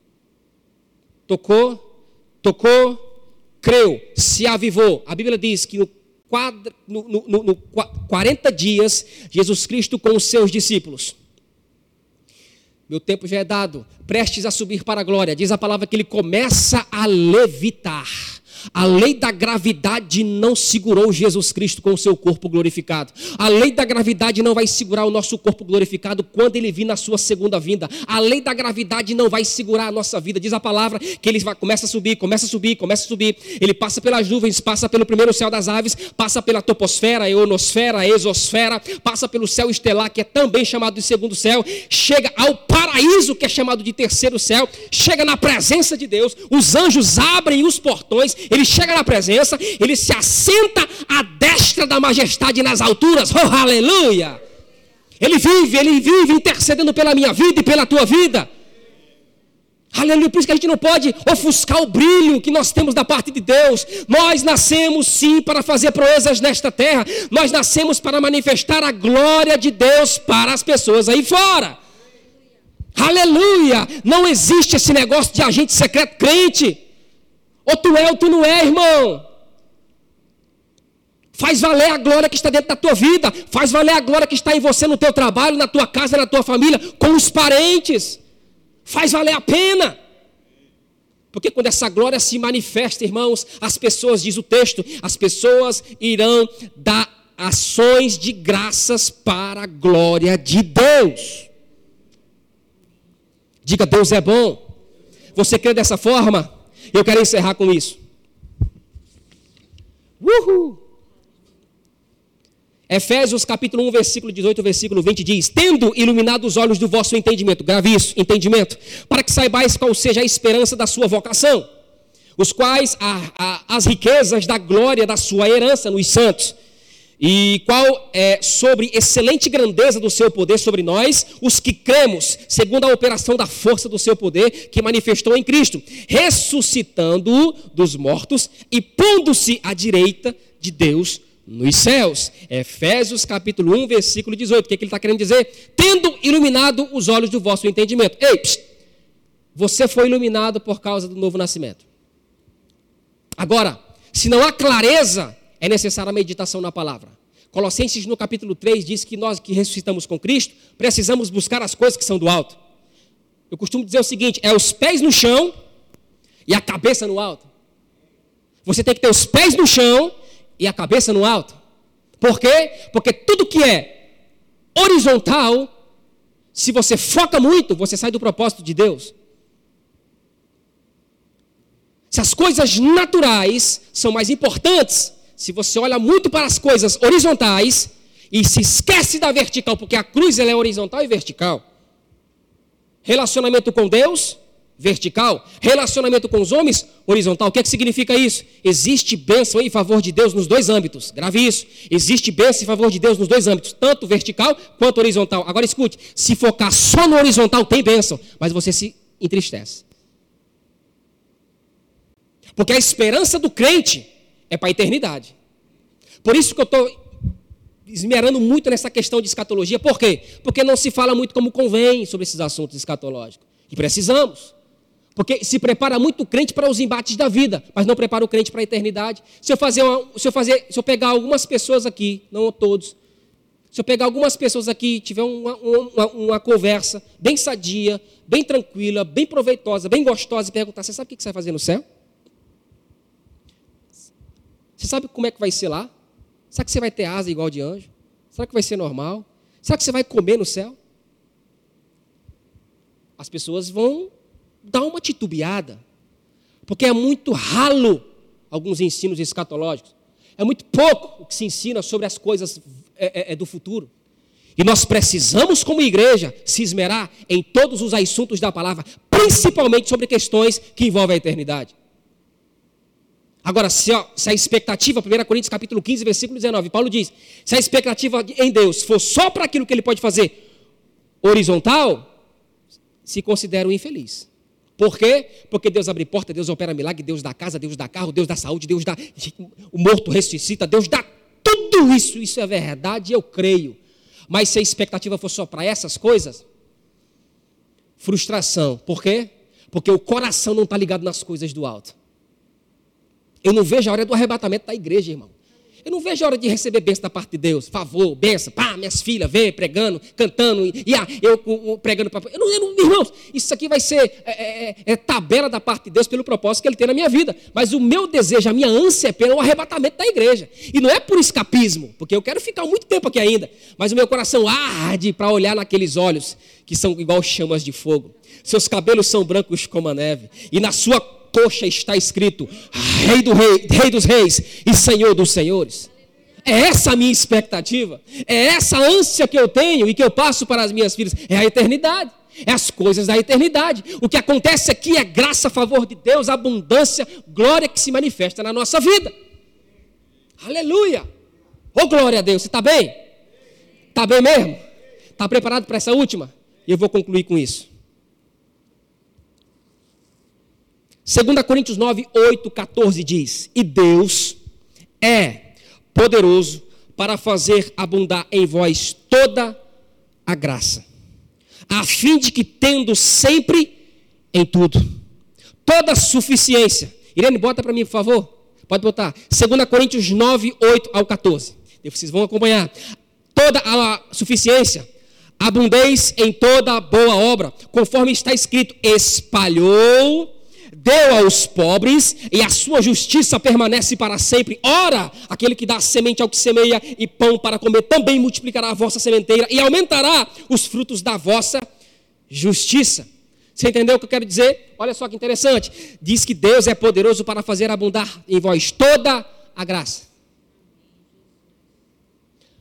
S1: Tocou, tocou. Creu, se avivou. A Bíblia diz que no, quadra, no, no, no, no quarenta dias, Jesus Cristo com os seus discípulos. Meu tempo já é dado. Prestes a subir para a glória. Diz a palavra que ele começa a levitar. A lei da gravidade não segurou Jesus Cristo com o seu corpo glorificado. A lei da gravidade não vai segurar o nosso corpo glorificado quando ele vir na sua segunda vinda. A lei da gravidade não vai segurar a nossa vida. Diz a palavra que ele vai, começa a subir, começa a subir, começa a subir. Ele passa pelas nuvens, passa pelo primeiro céu das aves, passa pela toposfera, a ionosfera, a exosfera, passa pelo céu estelar, que é também chamado de segundo céu, chega ao paraíso, que é chamado de terceiro céu, chega na presença de Deus, os anjos abrem os portões, ele chega na presença, ele se assenta à destra da majestade nas alturas. Oh, aleluia! Ele vive, ele vive intercedendo pela minha vida e pela tua vida. Aleluia! Por isso que a gente não pode ofuscar o brilho que nós temos da parte de Deus. Nós nascemos sim para fazer proezas nesta terra. Nós nascemos para manifestar a glória de Deus para as pessoas aí fora. Aleluia! Não existe esse negócio de agente secreto crente. Ou tu é ou tu não é, irmão. Faz valer a glória que está dentro da tua vida. Faz valer a glória que está em você, no teu trabalho, na tua casa, na tua família, com os parentes. Faz valer a pena. Porque quando essa glória se manifesta, irmãos, as pessoas, diz o texto, as pessoas irão dar ações de graças para a glória de Deus. Diga, Deus é bom. Você crê dessa forma? Eu quero encerrar com isso. Uhul! Efésios capítulo um, versículo dezoito, versículo vinte diz: tendo iluminado os olhos do vosso entendimento, grave isso, entendimento, para que saibais qual seja a esperança da sua vocação, os quais a, a, as riquezas da glória da sua herança nos santos, e qual é sobre excelente grandeza do seu poder sobre nós, os que cremos, segundo a operação da força do seu poder, que manifestou em Cristo, ressuscitando-o dos mortos e pondo-se à direita de Deus nos céus. Efésios capítulo um, versículo dezoito. O que, é que ele está querendo dizer? Tendo iluminado os olhos do vosso entendimento. Ei, psiu, você foi iluminado por causa do novo nascimento. Agora, se não há clareza, é necessária a meditação na palavra. Colossenses no capítulo três diz que nós que ressuscitamos com Cristo, precisamos buscar as coisas que são do alto. Eu costumo dizer o seguinte, é os pés no chão e a cabeça no alto. Você tem que ter os pés no chão e a cabeça no alto. Por quê? Porque tudo que é horizontal, se você foca muito, você sai do propósito de Deus. Se as coisas naturais são mais importantes, se você olha muito para as coisas horizontais e se esquece da vertical, porque a cruz ela é horizontal e vertical. Relacionamento com Deus, vertical. Relacionamento com os homens, horizontal. O que é que significa isso? Existe bênção em favor de Deus nos dois âmbitos. Grave isso. Existe bênção em favor de Deus nos dois âmbitos, tanto vertical quanto horizontal. Agora escute, se focar só no horizontal tem bênção, mas você se entristece. Porque a esperança do crente é para a eternidade. Por isso que eu estou esmerando muito nessa questão de escatologia. Por quê? Porque não se fala muito como convém sobre esses assuntos escatológicos. E precisamos. Porque se prepara muito o crente para os embates da vida, mas não prepara o crente para a eternidade. Se eu, fazer uma, se eu, fazer, se eu pegar algumas pessoas aqui, não todos, se eu pegar algumas pessoas aqui, tiver uma, uma, uma conversa bem sadia, bem tranquila, bem proveitosa, bem gostosa, e perguntar, você sabe o que você vai fazer no céu? Você sabe como é que vai ser lá? Será que você vai ter asa igual de anjo? Será que vai ser normal? Será que você vai comer no céu? As pessoas vão dar uma titubeada, porque é muito ralo alguns ensinos escatológicos. É muito pouco o que se ensina sobre as coisas é, é, do futuro. E nós precisamos, como igreja, se esmerar em todos os assuntos da palavra, principalmente sobre questões que envolvem a eternidade. Agora, se a, se a expectativa, primeira Coríntios capítulo quinze, versículo dezenove, Paulo diz, se a expectativa em Deus for só para aquilo que ele pode fazer horizontal, se considera um infeliz. Por quê? Porque Deus abre porta, Deus opera milagre, Deus dá casa, Deus dá carro, Deus dá saúde, Deus dá... O morto ressuscita, Deus dá tudo isso, isso é verdade, eu creio. Mas se a expectativa for só para essas coisas, frustração. Por quê? Porque o coração não está ligado nas coisas do alto. Eu não vejo a hora do arrebatamento da igreja, irmão. Eu não vejo a hora de receber bênção da parte de Deus. Favor, bênção, pá, minhas filhas, vem pregando, cantando, e, e ah, eu, eu pregando para... Eu não, eu não, irmãos, isso aqui vai ser é, é, é tabela da parte de Deus pelo propósito que Ele tem na minha vida. Mas o meu desejo, a minha ânsia é pelo arrebatamento da igreja. E não é por escapismo, porque eu quero ficar muito tempo aqui ainda. Mas o meu coração arde para olhar naqueles olhos que são igual chamas de fogo. Seus cabelos são brancos como a neve. E na sua coxa está escrito Rei, do rei, rei dos reis e Senhor dos senhores. É essa a minha expectativa, é essa a ânsia que eu tenho e que eu passo para as minhas filhas, é a eternidade, é as coisas da eternidade. O que acontece aqui é graça, favor de Deus, abundância, glória que se manifesta na nossa vida. Aleluia! Ô glória a Deus, você está bem? Está bem mesmo? Está preparado para essa última? E eu vou concluir com isso. dois Coríntios nove, oito, quatorze diz, e Deus é poderoso para fazer abundar em vós toda a graça, a fim de que, tendo sempre em tudo, toda suficiência. Irene, bota para mim, por favor. Pode botar. dois Coríntios nove, oito ao quatorze. Vocês vão acompanhar. Toda a suficiência, abundeis em toda boa obra, conforme está escrito, espalhou, deu aos pobres, e a sua justiça permanece para sempre. Ora, aquele que dá semente ao que semeia e pão para comer, também multiplicará a vossa sementeira e aumentará os frutos da vossa justiça. Você entendeu o que eu quero dizer? Olha só que interessante. Diz que Deus é poderoso para fazer abundar em vós toda a graça.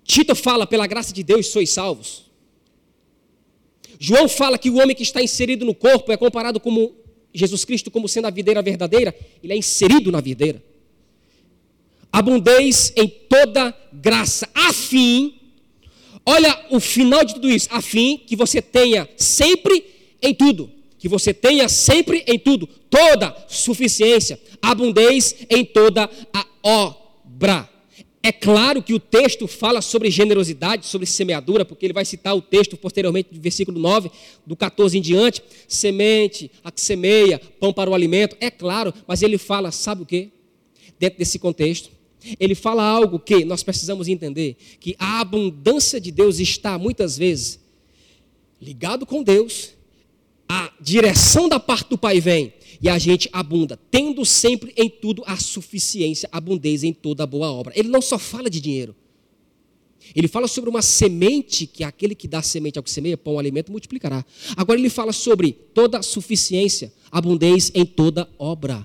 S1: Tito fala, pela graça de Deus sois salvos. João fala que o homem que está inserido no corpo é comparado como Jesus Cristo como sendo a videira verdadeira. Ele é inserido na videira. Abundeis em toda graça, a fim, olha o final de tudo isso, a fim que você tenha sempre em tudo, que você tenha sempre em tudo, toda suficiência, abundeis em toda a obra. É claro que o texto fala sobre generosidade, sobre semeadura, porque ele vai citar o texto posteriormente do versículo nove, do catorze em diante, semente, a que semeia, pão para o alimento, é claro, mas ele fala, sabe o quê? Dentro desse contexto, ele fala algo que nós precisamos entender, que a abundância de Deus está muitas vezes ligado com Deus, a direção da parte do Pai vem, e a gente abunda, tendo sempre em tudo a suficiência, abundez em toda boa obra. Ele não só fala de dinheiro. Ele fala sobre uma semente, que aquele que dá semente ao que semeia, pão, alimento, multiplicará. Agora ele fala sobre toda a suficiência, abundez em toda obra.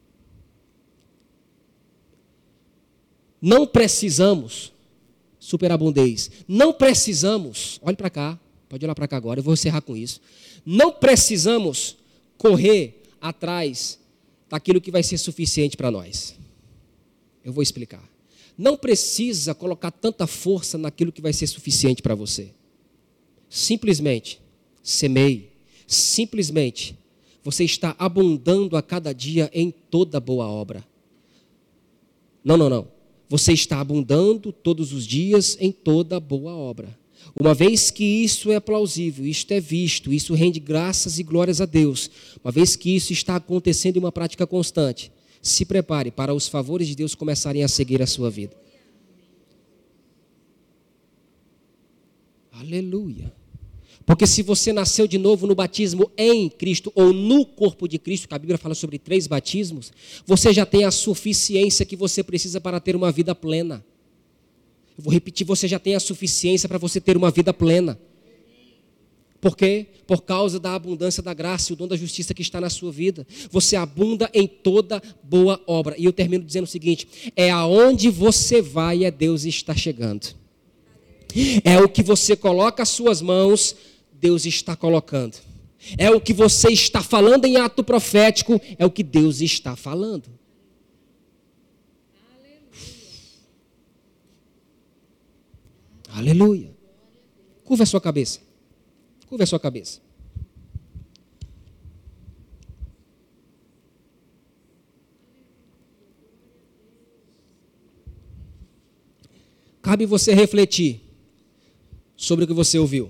S1: Não precisamos, superabundez, não precisamos, olhe para cá, pode olhar para cá agora, eu vou encerrar com isso. Não precisamos correr atrás daquilo que vai ser suficiente para nós. Eu vou explicar. Não precisa colocar tanta força naquilo que vai ser suficiente para você. Simplesmente semeie. Simplesmente você está abundando a cada dia em toda boa obra. Não, não, não. Você está abundando todos os dias em toda boa obra. Uma vez que isso é plausível, isto é visto, isso rende graças e glórias a Deus, uma vez que isso está acontecendo em uma prática constante, se prepare para os favores de Deus começarem a seguir a sua vida. Aleluia. Porque se você nasceu de novo no batismo em Cristo ou no corpo de Cristo, que a Bíblia fala sobre três batismos, você já tem a suficiência que você precisa para ter uma vida plena. Eu vou repetir, você já tem a suficiência para você ter uma vida plena. Por quê? Por causa da abundância da graça e o dom da justiça que está na sua vida. Você abunda em toda boa obra. E eu termino dizendo o seguinte, é aonde você vai, é Deus está chegando. É o que você coloca as suas mãos, Deus está colocando. É o que você está falando em ato profético, é o que Deus está falando. Aleluia. Curva a sua cabeça. Curva a sua cabeça. Cabe você refletir sobre o que você ouviu.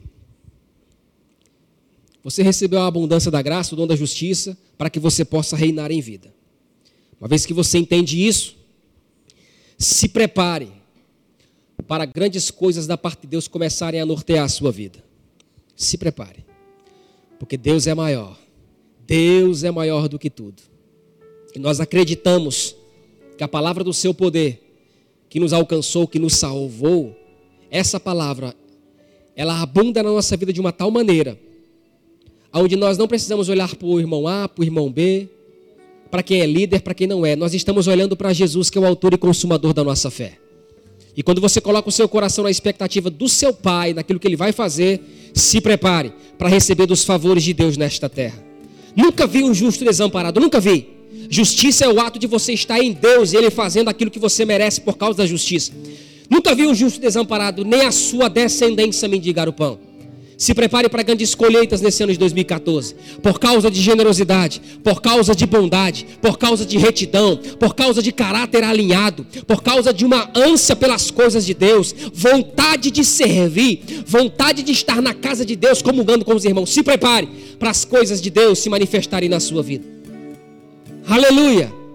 S1: Você recebeu a abundância da graça, o dom da justiça, para que você possa reinar em vida. Uma vez que você entende isso, se prepare para grandes coisas da parte de Deus começarem a nortear a sua vida. Se prepare, porque Deus é maior. Deus é maior do que tudo. E nós acreditamos que a palavra do seu poder, que nos alcançou, que nos salvou, essa palavra, ela abunda na nossa vida de uma tal maneira, onde nós não precisamos olhar para o irmão A, para o irmão B, para quem é líder, para quem não é. Nós estamos olhando para Jesus, que é o autor e consumador da nossa fé. E quando você coloca o seu coração na expectativa do seu Pai, naquilo que Ele vai fazer, se prepare para receber dos favores de Deus nesta terra. Nunca vi um justo desamparado, nunca vi. Justiça é o ato de você estar em Deus e Ele fazendo aquilo que você merece por causa da justiça. Nunca vi um justo desamparado, nem a sua descendência mendigar o pão. Se prepare para grandes colheitas nesse ano de dois mil e catorze, por causa de generosidade, por causa de bondade, por causa de retidão, por causa de caráter alinhado, por causa de uma ânsia pelas coisas de Deus, vontade de servir, vontade de estar na casa de Deus comungando com os irmãos. Se prepare para as coisas de Deus se manifestarem na sua vida. Aleluia!